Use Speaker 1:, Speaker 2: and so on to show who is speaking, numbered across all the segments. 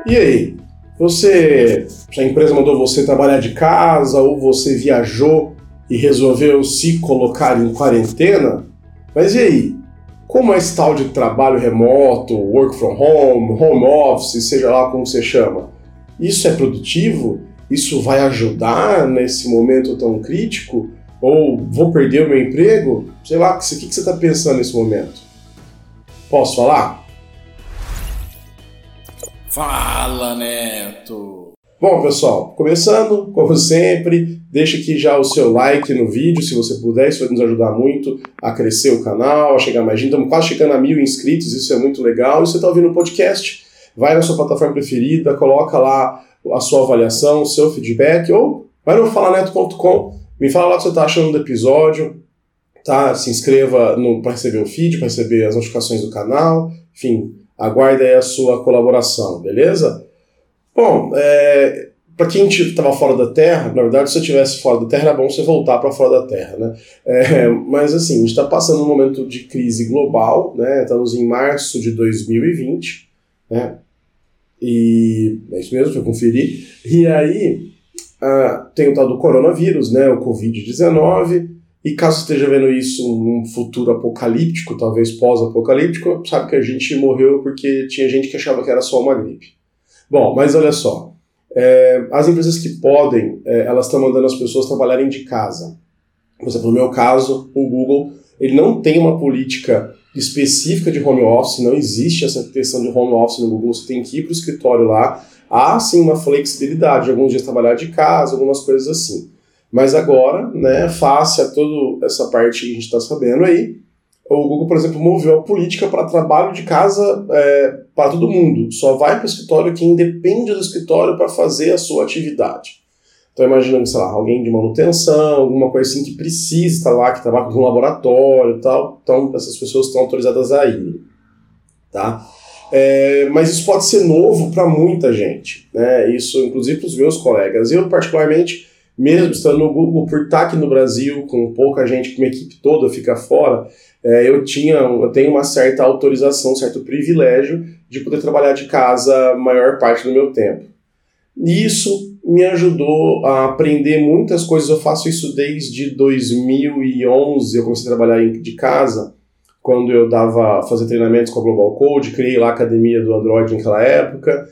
Speaker 1: E aí, a empresa mandou você trabalhar de casa ou você viajou e resolveu se colocar em quarentena? Mas e aí, como é esse tal de trabalho remoto, work from home, home office, seja lá como você chama? Isso é produtivo? Isso vai ajudar nesse momento tão crítico? Ou vou perder o meu emprego? Sei lá, o que você está pensando nesse momento? Posso falar?
Speaker 2: Fala, Neto!
Speaker 1: Bom, pessoal, começando, como sempre, deixa aqui já o seu like no vídeo, se você puder, isso vai nos ajudar muito a crescer o canal, a chegar mais gente. Estamos quase chegando a 1000 inscritos, isso é muito legal. E se você está ouvindo o podcast, vai na sua plataforma preferida, coloca lá a sua avaliação, o seu feedback, ou vai no falaneto.com, me fala lá o que você está achando do episódio, tá? Se inscreva para receber o feed, para receber as notificações do canal, enfim, aguarda aí a sua colaboração, beleza? Bom, para quem estava fora da Terra, na verdade, se você estivesse fora da Terra, era bom você voltar para fora da Terra, né? Mas assim, a gente está passando um momento de crise global, né? Estamos em março de 2020, né? E é isso mesmo, eu conferi. E aí, tem o tal do coronavírus, né? O Covid-19. E caso esteja vendo isso num futuro apocalíptico, talvez pós-apocalíptico, sabe que a gente morreu porque tinha gente que achava que era só uma gripe. Bom, mas olha só, as empresas que podem, elas estão mandando as pessoas trabalharem de casa. Por exemplo, no meu caso, o Google, ele não tem uma política específica de home office, não existe essa questão de home office no Google, você tem que ir para o escritório lá. Há sim uma flexibilidade, alguns dias trabalhar de casa, algumas coisas assim. Mas agora, né, face a toda essa parte que a gente está sabendo aí, o Google, por exemplo, moveu a política para trabalho de casa para todo mundo. Só vai para o escritório quem depende do escritório para fazer a sua atividade. Então imagina, sei lá, alguém de manutenção, alguma coisa assim que precisa estar lá, que trabalha com um laboratório e tal. Então essas pessoas estão autorizadas a ir. Tá? Mas isso pode ser novo para muita gente, né? Isso inclusive para os meus colegas. Eu particularmente, mesmo estando no Google, por estar aqui no Brasil, com pouca gente, que minha equipe toda fica fora, eu tenho uma certa autorização, um certo privilégio de poder trabalhar de casa a maior parte do meu tempo. E isso me ajudou a aprender muitas coisas. Eu faço isso desde 2011, eu comecei a trabalhar de casa, quando eu fazer treinamentos com a Global Code, criei lá a academia do Android naquela época.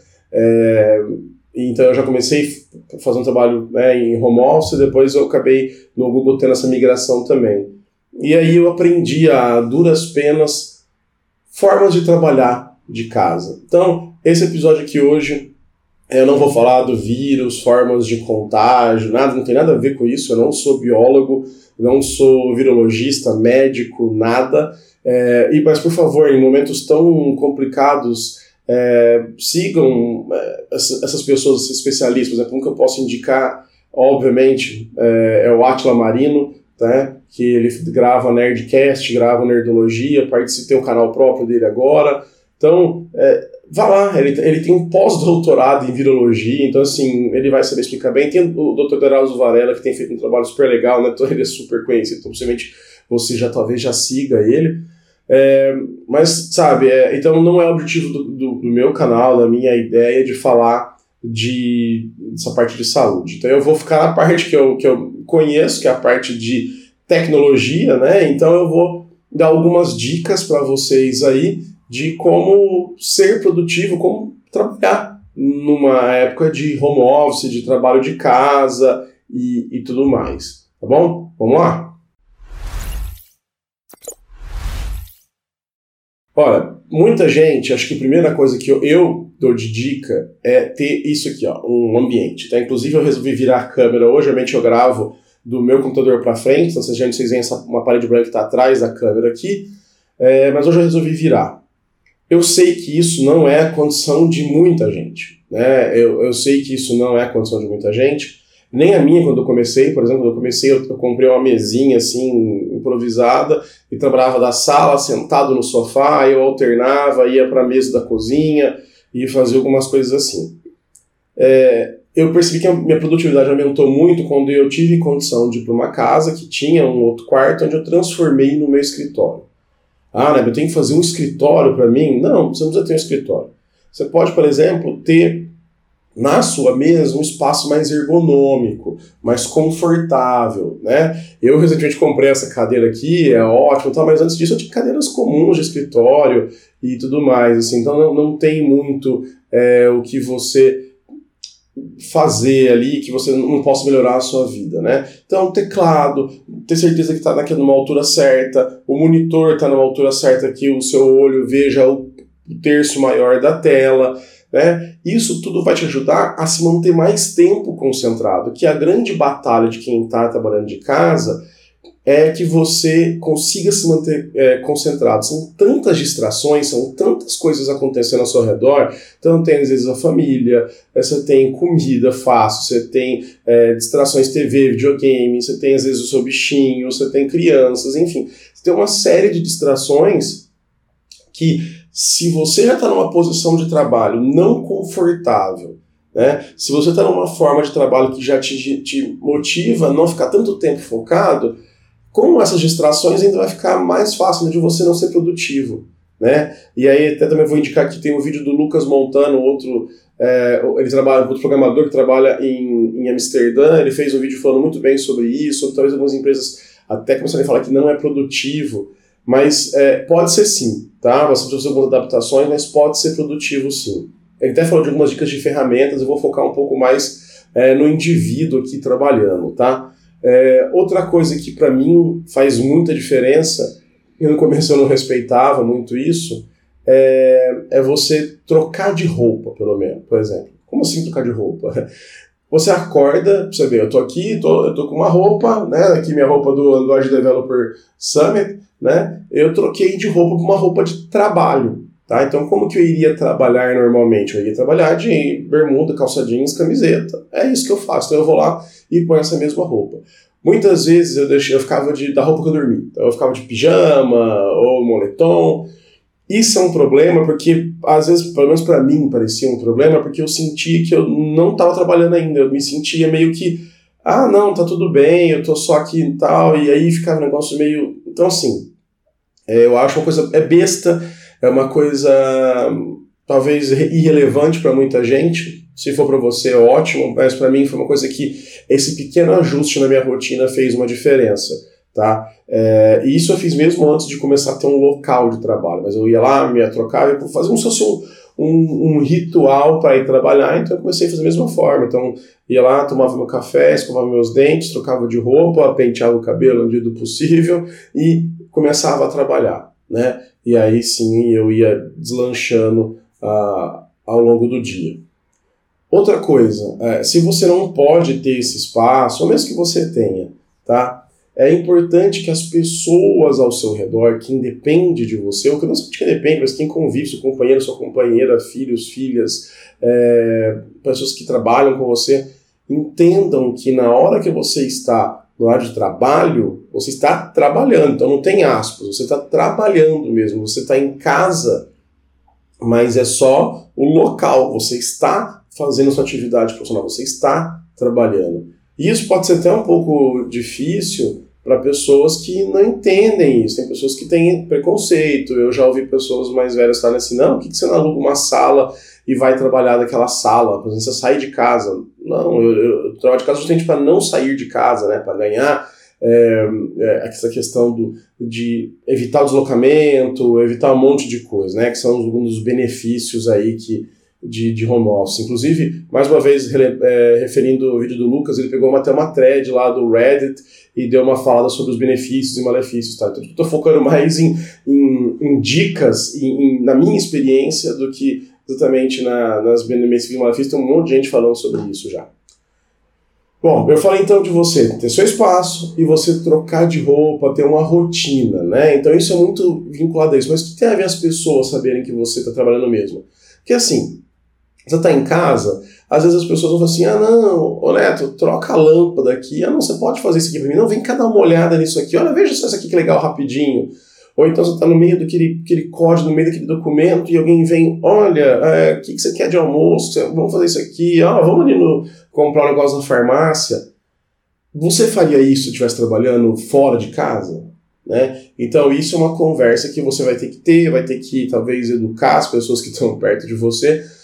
Speaker 1: Então eu já comecei a fazer um trabalho em home office, depois eu acabei no Google tendo essa migração também. E aí eu aprendi a duras penas formas de trabalhar de casa. Então, esse episódio aqui hoje, eu não vou falar do vírus, formas de contágio, nada, não tem nada a ver com isso. Eu não sou biólogo, não sou virologista, médico, nada. Mas, por favor, em momentos tão complicados, sigam essas pessoas, esses especialistas. Por exemplo, um que eu posso indicar, obviamente, é o Átila Marino, né, que ele grava Nerdcast, grava Nerdologia, tem um canal próprio dele agora. Então, vá lá, ele tem um pós-doutorado em virologia, então assim, ele vai saber explicar bem. Tem o Dr. Drauzio Varela, que tem feito um trabalho super legal, né? Então ele é super conhecido, então possivelmente você talvez já siga ele. Mas, sabe, então não é o objetivo do meu canal, da minha ideia de falar dessa parte de saúde. Então eu vou ficar na parte que eu conheço, que é a parte de tecnologia, né? Então eu vou dar algumas dicas para vocês aí de como ser produtivo, como trabalhar numa época de home office, de trabalho de casa e tudo mais. Tá bom? Vamos lá? Olha, muita gente, acho que a primeira coisa que eu dou de dica é ter isso aqui, ó, um ambiente. Tá? Inclusive eu resolvi virar a câmera hoje, realmente eu gravo do meu computador para frente, então vocês veem uma parede branca que está atrás da câmera aqui, mas hoje eu resolvi virar. Eu sei que isso não é a condição de muita gente, né? Eu sei que isso não é a condição de muita gente, nem a minha quando eu comecei. Por exemplo, eu comprei uma mesinha assim, improvisada, e trabalhava da sala, sentado no sofá, eu alternava, ia para a mesa da cozinha e fazia algumas coisas assim. Eu percebi que a minha produtividade aumentou muito quando eu tive condição de ir para uma casa que tinha um outro quarto onde eu transformei no meu escritório. Né, eu tenho que fazer um escritório para mim? Não, você não precisa ter um escritório. Você pode, por exemplo, ter na sua mesa um espaço mais ergonômico, mais confortável, né? Eu recentemente comprei essa cadeira aqui, é ótimo, mas antes disso eu tinha cadeiras comuns de escritório e tudo mais, assim, então não tem muito o que você fazer ali, que você não possa melhorar a sua vida, né? Então, teclado, ter certeza que está numa altura certa, o monitor está numa altura certa, que o seu olho veja o terço maior da tela, né? Isso tudo vai te ajudar a se manter mais tempo concentrado, que a grande batalha de quem está trabalhando de casa é que você consiga se manter concentrado. São tantas distrações, são tantas coisas acontecendo ao seu redor, então tem às vezes a família, você tem comida fácil, você tem distrações TV, videogame, você tem às vezes o seu bichinho, você tem crianças, enfim, você tem uma série de distrações que, se você já está numa posição de trabalho não confortável, né, se você está numa forma de trabalho que já te motiva a não ficar tanto tempo focado, com essas distrações ainda vai ficar mais fácil de você não ser produtivo, né? E aí até também vou indicar que tem um vídeo do Lucas Montano, outro programador que trabalha em Amsterdã. Ele fez um vídeo falando muito bem sobre isso, talvez algumas empresas até começarem a falar que não é produtivo, mas pode ser sim, tá? Você precisa fazer algumas adaptações, mas pode ser produtivo sim. Ele até falou de algumas dicas de ferramentas, eu vou focar um pouco mais no indivíduo aqui trabalhando, tá? Outra coisa que para mim faz muita diferença, e no começo eu não respeitava muito isso, é você trocar de roupa, pelo menos, por exemplo. Como assim trocar de roupa? Você acorda, você vê, eu tô aqui, eu tô com uma roupa, né, aqui minha roupa do Android Developer Summit, né, eu troquei de roupa para uma roupa de trabalho. Tá? Então, como que eu iria trabalhar normalmente? Eu iria trabalhar de bermuda, calça jeans, camiseta. É isso que eu faço. Então, eu vou lá e ponho essa mesma roupa. Muitas vezes eu ficava da roupa que eu dormi. Então, eu ficava de pijama ou moletom. Isso é um problema porque, às vezes, pelo menos para mim, parecia um problema porque eu sentia que eu não estava trabalhando ainda. Eu me sentia meio que, não, tá tudo bem, eu tô só aqui e tal. E aí ficava um negócio meio... Então, assim, eu acho uma coisa... É besta. É uma coisa talvez irrelevante para muita gente. Se for para você, ótimo, mas para mim foi uma coisa que esse pequeno ajuste na minha rotina fez uma diferença. Tá? E isso eu fiz mesmo antes de começar a ter um local de trabalho. Mas eu ia lá, me trocava, eu fazia como se fosse um ritual para ir trabalhar, então eu comecei a fazer da mesma forma. Então ia lá, tomava meu café, escovava meus dentes, trocava de roupa, penteava o cabelo na medida do possível e começava a trabalhar, né? E aí sim eu ia deslanchando ao longo do dia. Outra coisa, se você não pode ter esse espaço, ou mesmo que você tenha, tá? É importante que as pessoas ao seu redor, quem depende de você, ou que não somente quem depende, mas quem convive, seu companheiro, sua companheira, filhos, filhas, pessoas que trabalham com você, entendam que na hora que você está no horário de trabalho, você está trabalhando, então não tem aspas, você está trabalhando mesmo, você está em casa, mas é só o local, você está fazendo sua atividade profissional, você está trabalhando. E isso pode ser até um pouco difícil para pessoas que não entendem isso, tem pessoas que têm preconceito, eu já ouvi pessoas mais velhas falarem assim, não, por que você não aluga uma sala e vai trabalhar daquela sala, por exemplo, você sai de casa? Não, eu trabalho de casa justamente para não sair de casa, né, para ganhar essa questão de evitar o deslocamento, evitar um monte de coisa, né, que são alguns dos benefícios aí de home office. Inclusive, mais uma vez, referindo o vídeo do Lucas, ele pegou até uma thread lá do Reddit e deu uma falada sobre os benefícios e malefícios. Tá? Então, eu estou focando mais em dicas, na minha experiência, do que exatamente nas benefícios e malefícios. Tem um monte de gente falando sobre isso já. Bom, eu falei então de você ter seu espaço e você trocar de roupa, ter uma rotina, né? Então isso é muito vinculado a isso. Mas o que tem a ver as pessoas saberem que você está trabalhando mesmo? Porque assim, você está em casa, às vezes as pessoas vão falar assim, não, ô Neto, troca a lâmpada aqui, não, você pode fazer isso aqui para mim, não, vem cá dar uma olhada nisso aqui, olha, veja só isso aqui que legal, rapidinho. Ou então você está no meio daquele código, no meio daquele documento, e alguém vem, olha, o que você quer de almoço? Vamos fazer isso aqui, vamos ali comprar um negócio na farmácia. Você faria isso se estivesse trabalhando fora de casa? Né? Então isso é uma conversa que você vai ter que talvez educar as pessoas que estão perto de você,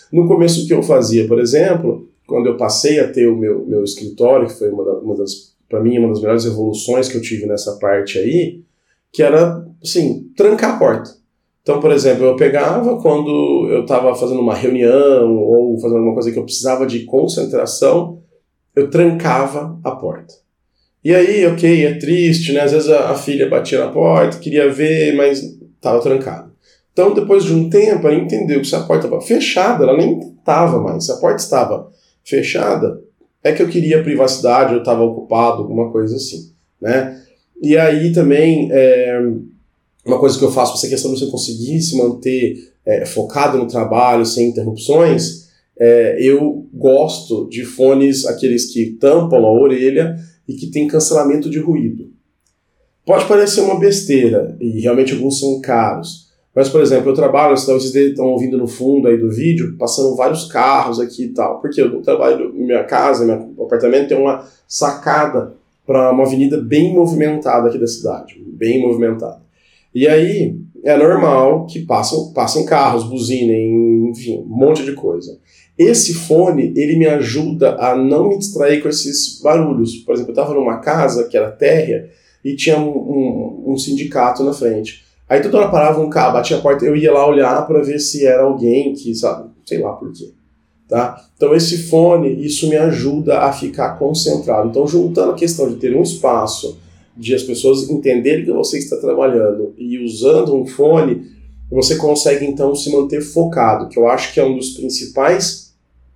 Speaker 1: No começo, o que eu fazia, por exemplo, quando eu passei a ter o meu escritório, que foi para mim, uma das melhores evoluções que eu tive nessa parte aí, que era, assim, trancar a porta. Então, por exemplo, eu pegava quando eu estava fazendo uma reunião ou fazendo alguma coisa que eu precisava de concentração, eu trancava a porta. E aí, ok, é triste, né? Às vezes a filha batia na porta, queria ver, mas estava trancado. Então, depois de um tempo, ela entendeu que se a porta estava fechada, ela nem estava mais. Se a porta estava fechada, é que eu queria privacidade, eu estava ocupado, alguma coisa assim, né? E aí também, uma coisa que eu faço, essa questão de você conseguir se manter focado no trabalho, sem interrupções, eu gosto de fones, aqueles que tampam a orelha e que tem cancelamento de ruído. Pode parecer uma besteira, e realmente alguns são caros, mas, por exemplo, eu trabalho, vocês estão ouvindo no fundo aí do vídeo, passando vários carros aqui e tal, porque eu trabalho, minha casa, meu apartamento tem uma sacada para uma avenida bem movimentada aqui da cidade, bem movimentada. E aí é normal que passem carros, buzinem, enfim, um monte de coisa. Esse fone, ele me ajuda a não me distrair com esses barulhos. Por exemplo, eu estava numa casa que era térrea e tinha um sindicato na frente. Aí toda hora parava um carro, batia a porta, eu ia lá olhar para ver se era alguém que, sabe, sei lá por quê. Tá? Então esse fone, isso me ajuda a ficar concentrado. Então, juntando a questão de ter um espaço, de as pessoas entenderem que você está trabalhando e usando um fone, você consegue então se manter focado, que eu acho que é uma das principais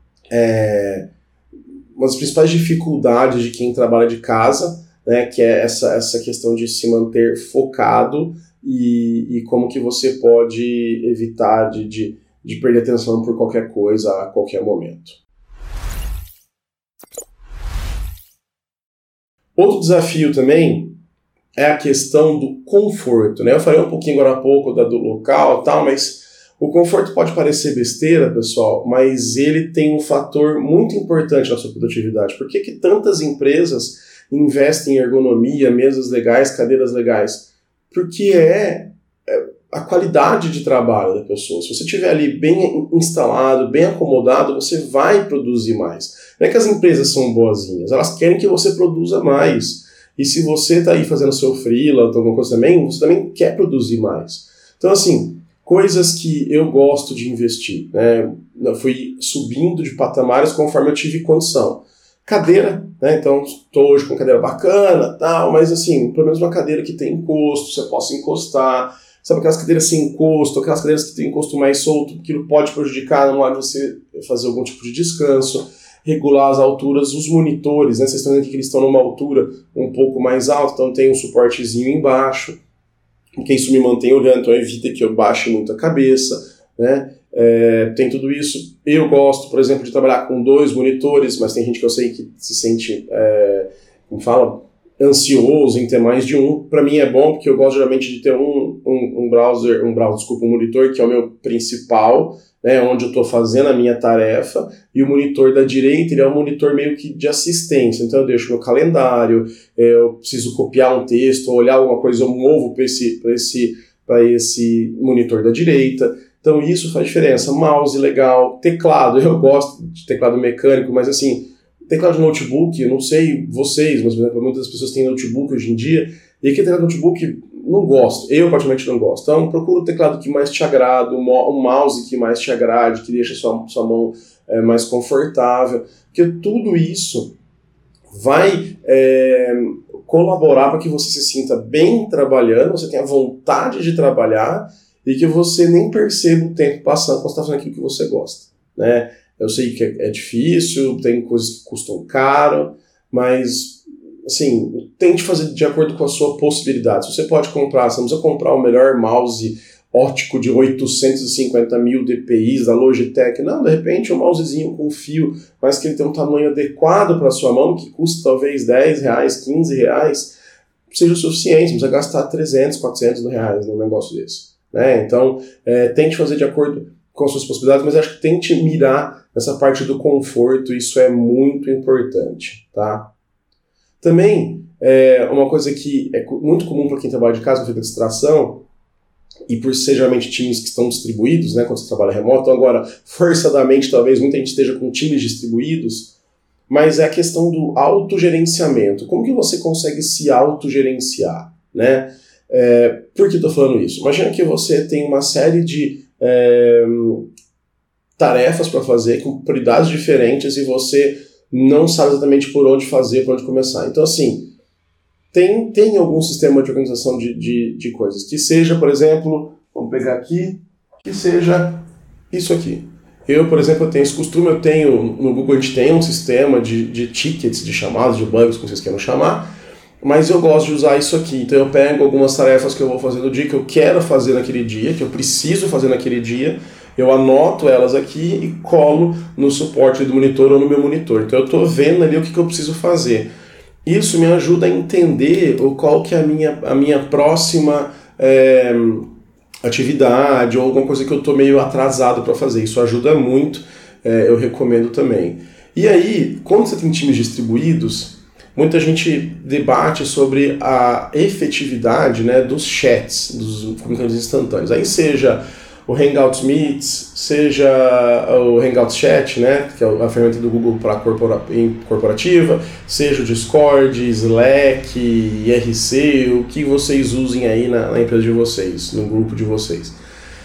Speaker 1: dificuldades de quem trabalha de casa, né, que é essa questão de se manter focado e como que você pode evitar de perder atenção por qualquer coisa a qualquer momento. Outro desafio também é a questão do conforto, né? Eu falei um pouquinho agora há pouco do local e tal, mas o conforto pode parecer besteira, pessoal, mas ele tem um fator muito importante na sua produtividade. Por que tantas empresas investem em ergonomia, mesas legais, cadeiras legais? Porque a qualidade de trabalho da pessoa. Se você estiver ali bem instalado, bem acomodado, você vai produzir mais. Não é que as empresas são boazinhas, elas querem que você produza mais. E se você está aí fazendo seu freela, alguma coisa também, você também quer produzir mais. Então, assim, coisas que eu gosto de investir, né? Eu fui subindo de patamares conforme eu tive condição. Cadeira, né? Então estou hoje com cadeira bacana, tal, mas assim, pelo menos uma cadeira que tem encosto, você possa encostar, sabe aquelas cadeiras sem encosto, aquelas cadeiras que tem encosto mais solto, que pode prejudicar na hora de você fazer algum tipo de descanso, regular as alturas, os monitores, né? Vocês estão vendo aqui que eles estão numa altura um pouco mais alta, então tem um suportezinho embaixo, porque isso me mantém olhando, então evita que eu baixe muito a cabeça, né? Tem tudo isso. Eu gosto, por exemplo, de trabalhar com 2 monitores, mas tem gente que eu sei que se sente, como fala, ansioso em ter mais de um. Para mim é bom, porque eu gosto geralmente de ter um monitor que é o meu principal, né, onde eu estou fazendo a minha tarefa, e o monitor da direita ele é um monitor meio que de assistência. Então eu deixo meu calendário, eu preciso copiar um texto, olhar alguma coisa, eu movo para esse monitor da direita. Então isso faz diferença. Mouse legal, teclado, eu gosto de teclado mecânico, mas assim, teclado de notebook, eu não sei vocês, mas por exemplo, muitas pessoas têm notebook hoje em dia, e aqui teclado de notebook não gosto, eu particularmente não gosto. Então procura o teclado que mais te agrada, o mouse que mais te agrade, que deixa sua mão mais confortável, porque tudo isso vai colaborar para que você se sinta bem trabalhando, você tenha vontade de trabalhar, e que você nem perceba o tempo passando quando você está fazendo aquilo que você gosta, né? Eu sei que é difícil, tem coisas que custam caro, mas, assim, tente fazer de acordo com a sua possibilidade. Se você pode comprar, você não precisa comprar o melhor mouse ótico de 850 mil dpi da Logitech. Não, de repente um mousezinho com fio, mas que ele tem um tamanho adequado para a sua mão, que custa talvez R$10, R$15, seja o suficiente, não precisa gastar 300, 400 reais num negócio desse, né? Então, tente fazer de acordo com as suas possibilidades, mas acho que tente mirar nessa parte do conforto, isso é muito importante, tá? Também, uma coisa que é muito comum para quem trabalha de casa, com distração, e por ser geralmente times que estão distribuídos, né, quando você trabalha remoto, então agora, forçadamente, talvez muita gente esteja com times distribuídos, mas é a questão do autogerenciamento. Como que você consegue se autogerenciar, né? Por que estou falando isso? Imagina que você tem uma série de tarefas para fazer com prioridades diferentes e você não sabe exatamente por onde fazer, por onde começar. Então, assim, tem algum sistema de organização de coisas. Que seja, por exemplo, vamos pegar aqui, que seja isso aqui. Eu, por exemplo, tenho esse costume, no Google a gente tem um sistema de tickets, de chamadas, de bugs, como vocês queiram chamar, mas eu gosto de usar isso aqui. Então eu pego algumas tarefas que eu vou fazer no dia, que eu quero fazer naquele dia, que eu preciso fazer naquele dia, eu anoto elas aqui e colo no suporte do monitor ou no meu monitor. Então eu estou vendo ali o que eu preciso fazer. Isso me ajuda a entender qual que é a minha próxima atividade ou alguma coisa que eu estou meio atrasado para fazer. Isso ajuda muito, eu recomendo também. E aí, quando você tem times distribuídos, muita gente debate sobre a efetividade, né, dos chats, dos comunicados instantâneos. Aí seja o Hangouts Meets, seja o Hangouts Chat, né, que é a ferramenta do Google para corporativa, seja o Discord, Slack, IRC, o que vocês usem aí na empresa de vocês, no grupo de vocês.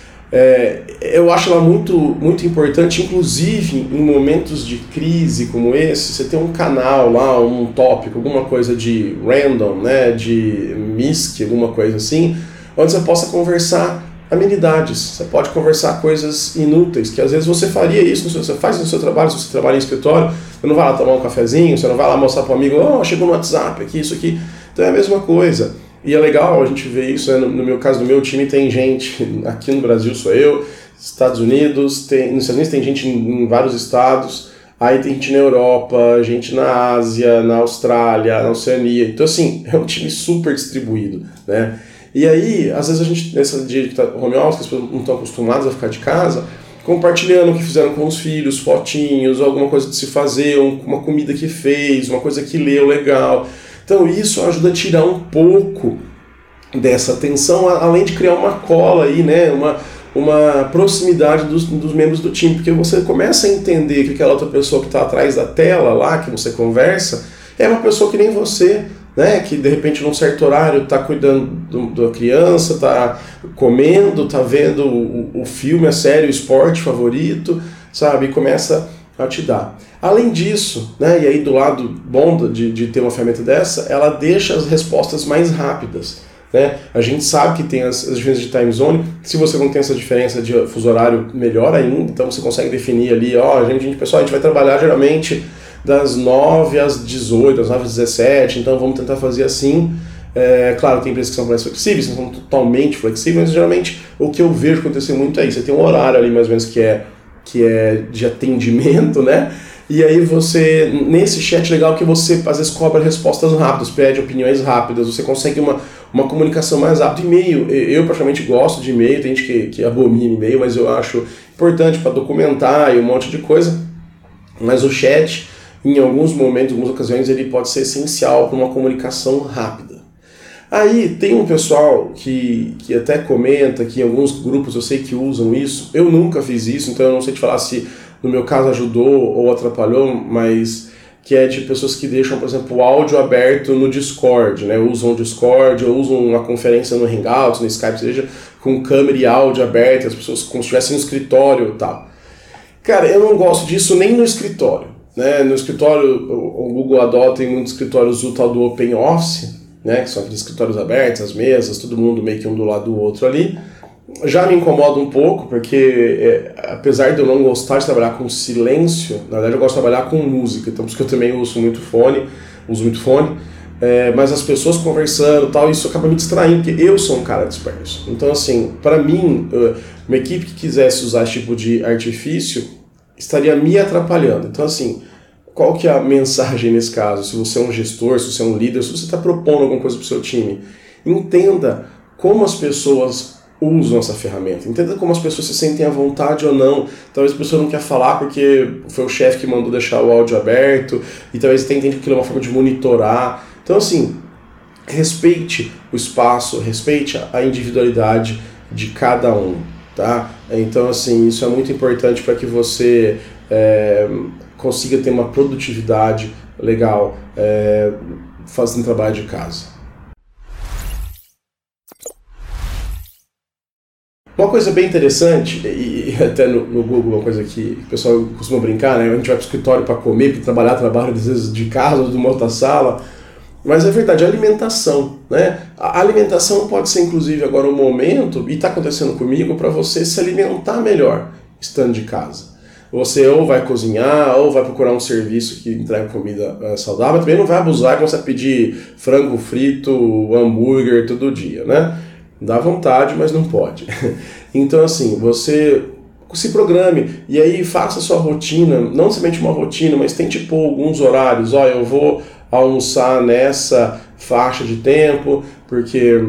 Speaker 1: Eu acho ela muito, muito importante, inclusive em momentos de crise como esse, você tem um canal lá, um tópico, alguma coisa de random, né, de MISC, alguma coisa assim, onde você possa conversar amenidades. Você pode conversar coisas inúteis, que às vezes você faria isso, você faz no seu trabalho, se você trabalha em escritório, você não vai lá tomar um cafezinho, você não vai lá mostrar para um amigo, chegou no WhatsApp, aqui, isso aqui. Então é a mesma coisa. E é legal a gente ver isso, né? No meu caso, no meu time tem gente, aqui no Brasil sou eu, Estados Unidos, nos Estados Unidos tem gente em vários estados, aí tem gente na Europa, gente na Ásia, na Austrália, na Oceania. Então assim, é um time super distribuído, né? E aí, às vezes a gente, nesse dia que está home office, as pessoas não estão acostumadas a ficar de casa, compartilhando o que fizeram com os filhos, fotinhos, alguma coisa de se fazer, uma comida que fez, uma coisa que leu legal. Então isso ajuda a tirar um pouco dessa tensão, além de criar uma cola aí, né, uma proximidade dos membros do time, porque você começa a entender que aquela outra pessoa que está atrás da tela lá, que você conversa, é uma pessoa que nem você, né, que de repente num certo horário está cuidando da criança, está comendo, está vendo o filme, a série, o esporte favorito, sabe, e começa a te dar. Além disso, né, e aí do lado bom de ter uma ferramenta dessa, ela deixa as respostas mais rápidas. Né? A gente sabe que tem as diferenças de time zone, se você não tem essa diferença de fuso horário, melhor ainda, então você consegue definir ali, pessoal, a gente vai trabalhar geralmente das 9 às 18, das 9 às 17, então vamos tentar fazer assim. Claro, tem empresas que são mais flexíveis, não são totalmente flexíveis, mas geralmente o que eu vejo acontecer muito é isso, você tem um horário ali mais ou menos que é de atendimento, né? E aí você, nesse chat legal que você às vezes cobra respostas rápidas, pede opiniões rápidas, você consegue uma comunicação mais rápida. E-mail, eu praticamente gosto de e-mail, tem gente que abomina e-mail, mas eu acho importante para documentar e um monte de coisa. Mas o chat, em alguns momentos, em algumas ocasiões, ele pode ser essencial para uma comunicação rápida. Aí tem um pessoal que até comenta que em alguns grupos eu sei que usam isso, eu nunca fiz isso, então eu não sei te falar se no meu caso ajudou ou atrapalhou, mas que é de pessoas que deixam, por exemplo, o áudio aberto no Discord, né? Usam o Discord ou usam uma conferência no Hangouts, no Skype, seja com câmera e áudio aberto, as pessoas como se estivessem no escritório e tal. Cara, eu não gosto disso nem no escritório, né? No escritório, o Google adota em muitos escritórios o tal do Open Office, né? Que são aqueles escritórios abertos, as mesas, todo mundo meio que um do lado do outro ali. Já me incomoda um pouco, porque apesar de eu não gostar de trabalhar com silêncio, na verdade eu gosto de trabalhar com música, então por isso que eu também uso muito fone, mas as pessoas conversando e tal, isso acaba me distraindo, porque eu sou um cara disperso. Então assim, para mim, uma equipe que quisesse usar esse tipo de artifício estaria me atrapalhando. Então assim, qual que é a mensagem nesse caso? Se você é um gestor, se você é um líder, se você está propondo alguma coisa para o seu time, entenda como as pessoas usam essa ferramenta. Entenda como as pessoas se sentem à vontade ou não. Talvez a pessoa não quer falar porque foi o chefe que mandou deixar o áudio aberto, e talvez entenda que aquilo é uma forma de monitorar. Então, assim, respeite o espaço, respeite a individualidade de cada um, tá? Então, assim, isso é muito importante para que você consiga ter uma produtividade legal fazendo trabalho de casa. Uma coisa bem interessante, e até no Google, uma coisa que o pessoal costuma brincar, né? A gente vai para o escritório para comer, para trabalho às vezes de casa ou de uma outra sala, mas é verdade, a alimentação, né? A alimentação pode ser, inclusive, agora um momento, e está acontecendo comigo, para você se alimentar melhor estando de casa. Você ou vai cozinhar, ou vai procurar um serviço que entrega comida saudável, também não vai abusar e começar a pedir frango frito, hambúrguer todo dia, né? Dá vontade, mas não pode. Então, assim, você se programe e aí faça a sua rotina, não somente uma rotina, mas tente pôr alguns horários. Ó, eu vou almoçar nessa faixa de tempo, porque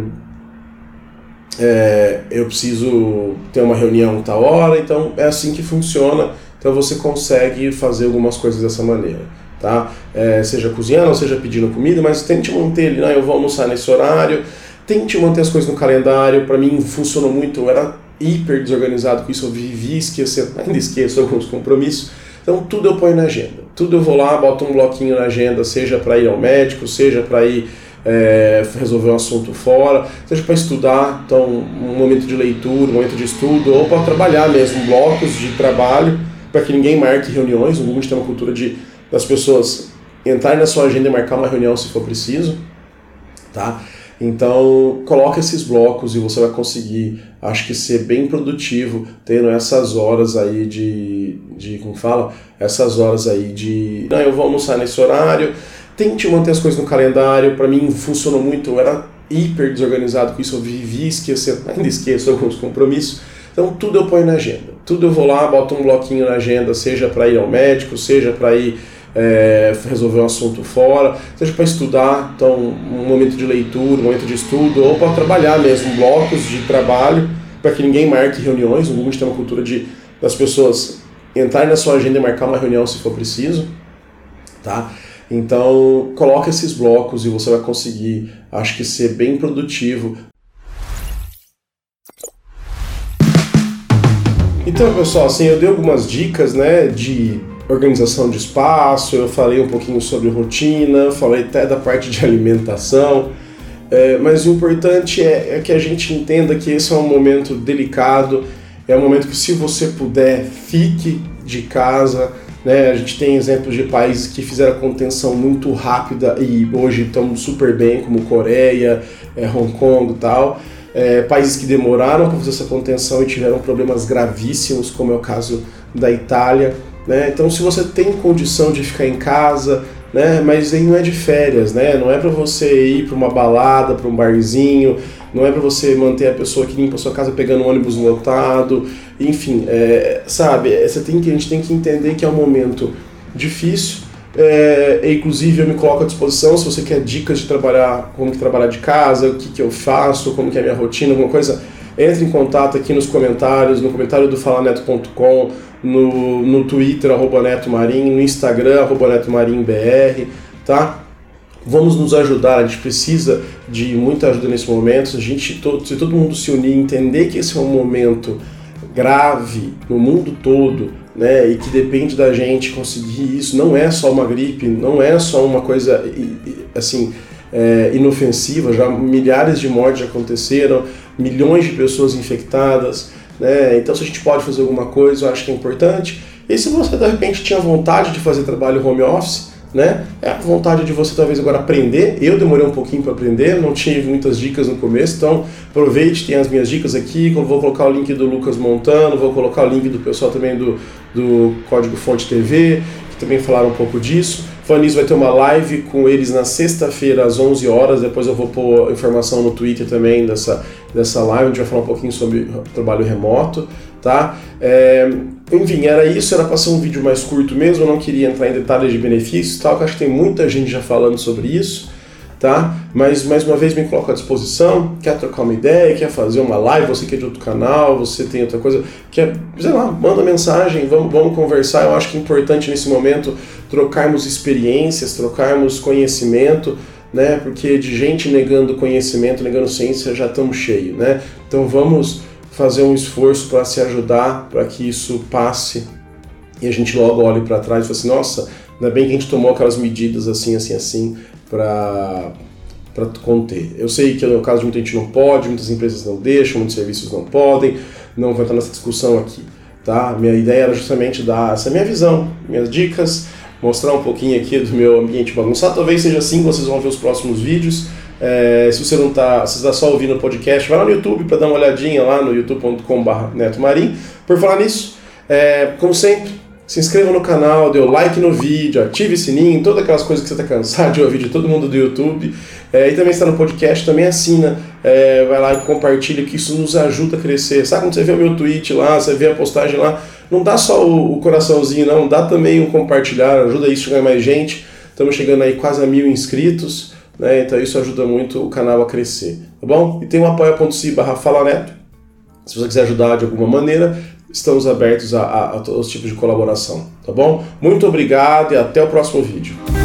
Speaker 1: eu preciso ter uma reunião tal hora, então é assim que funciona. Então você consegue fazer algumas coisas dessa maneira, tá? Seja cozinhando, ou seja pedindo comida, mas tente manter ali, né? Eu vou almoçar nesse horário. Tente manter as coisas no calendário. Para mim funcionou muito, eu era hiper desorganizado com isso, eu vivia esquecendo, ainda esqueço alguns compromissos. Então tudo eu ponho na agenda, tudo eu vou lá, boto um bloquinho na agenda, seja para ir ao médico, seja para ir resolver um assunto fora, seja para estudar, então um momento de leitura, um momento de estudo, ou para trabalhar mesmo, blocos de trabalho, para que ninguém marque reuniões. O Google tem uma cultura das pessoas entrarem na sua agenda e marcar uma reunião se for preciso, tá? Então, coloca esses blocos e você vai conseguir, acho que, ser bem produtivo, tendo essas horas aí como fala? Essas horas aí eu vou almoçar nesse horário. Tente manter as coisas no calendário. Para mim funcionou muito, eu era hiper desorganizado com isso, eu vivia esquecendo, ainda esqueço alguns compromissos. Então tudo eu ponho na agenda, tudo eu vou lá, boto um bloquinho na agenda, seja para ir ao médico, seja para ir resolver um assunto fora, seja para estudar, então um momento de leitura, um momento de estudo, ou para trabalhar mesmo, blocos de trabalho, para que ninguém marque reuniões. O Google tem uma cultura das pessoas entrarem na sua agenda e marcar uma reunião se for preciso, tá? Então coloca esses blocos e você vai conseguir, acho que, ser bem produtivo. Então, pessoal, assim, eu dei algumas dicas, né, de organização de espaço, eu falei um pouquinho sobre rotina, falei até da parte de alimentação, mas o importante é que a gente entenda que esse é um momento delicado, é um momento que, se você puder, fique de casa, né? A gente tem exemplos de países que fizeram a contenção muito rápida e hoje estão super bem, como Coreia, Hong Kong e tal. Países que demoraram para fazer essa contenção e tiveram problemas gravíssimos, como é o caso da Itália, né? Então, se você tem condição de ficar em casa, né, mas aí não é de férias, né? Não é para você ir para uma balada, para um barzinho, não é para você manter a pessoa que limpa a sua casa pegando um ônibus lotado, enfim, sabe? A gente tem que entender que é um momento difícil. Inclusive eu me coloco à disposição se você quer dicas de como trabalhar de casa, o que eu faço, como que é a minha rotina, alguma coisa. Entre em contato aqui nos comentários, no comentário do falaneto.com, no Twitter, @netomarim, no Instagram, @netomarimbr, tá? Vamos nos ajudar, a gente precisa de muita ajuda nesse momento. Se todo mundo se unir, entender que esse é um momento grave no mundo todo, né, e que depende da gente conseguir isso, não é só uma gripe, não é só uma coisa assim, inofensiva, já milhares de mortes já aconteceram, milhões de pessoas infectadas, né? Então, se a gente pode fazer alguma coisa, eu acho que é importante. E se você de repente tinha vontade de fazer trabalho home office, né, é a vontade de você talvez agora aprender. Eu demorei um pouquinho para aprender, não tive muitas dicas no começo, então aproveite, tem as minhas dicas aqui. Eu vou colocar o link do Lucas Montano, vou colocar o link do pessoal também do Código Fonte TV, que também falaram um pouco disso. Falando nisso, vai ter uma live com eles na sexta-feira às 11 horas, depois eu vou pôr informação no Twitter também dessa live, a gente vai falar um pouquinho sobre trabalho remoto, tá? Enfim, era isso, era para ser um vídeo mais curto mesmo, eu não queria entrar em detalhes de benefícios e tal, porque acho que tem muita gente já falando sobre isso, tá? Mas, mais uma vez, me coloco à disposição, quer trocar uma ideia, quer fazer uma live, você que é de outro canal, você tem outra coisa, quer, sei lá, manda mensagem, vamos conversar. Eu acho que é importante nesse momento trocarmos experiências, trocarmos conhecimento, né? Porque de gente negando conhecimento, negando ciência, já estamos cheios, né? Então vamos fazer um esforço para se ajudar, para que isso passe e a gente logo olhe para trás e fale assim, nossa, ainda bem que a gente tomou aquelas medidas assim, para conter. Eu sei que no caso de muita gente não pode, muitas empresas não deixam, muitos serviços não podem, não vou entrar nessa discussão aqui, tá? Minha ideia era justamente dar essa minha visão, minhas dicas, mostrar um pouquinho aqui do meu ambiente bagunçado. Talvez seja assim que vocês vão ver os próximos vídeos. Se você não está, se está só ouvindo o podcast, vai lá no YouTube para dar uma olhadinha lá no youtube.com/netomarim. Por falar nisso, como sempre, se inscreva no canal, dê o like no vídeo, ative o sininho, todas aquelas coisas que você está cansado de ouvir de todo mundo do YouTube. E também está no podcast, também assina, vai lá e compartilha, que isso nos ajuda a crescer. Sabe quando você vê o meu tweet lá, você vê a postagem lá, não dá só o coraçãozinho não, dá também um compartilhar, ajuda isso a chegar mais gente. Estamos chegando aí quase a 1000 inscritos, né? Então isso ajuda muito o canal a crescer, tá bom? E tem o apoia.se/falaneto, se você quiser ajudar de alguma maneira, estamos abertos a todos os tipos de colaboração, tá bom? Muito obrigado e até o próximo vídeo.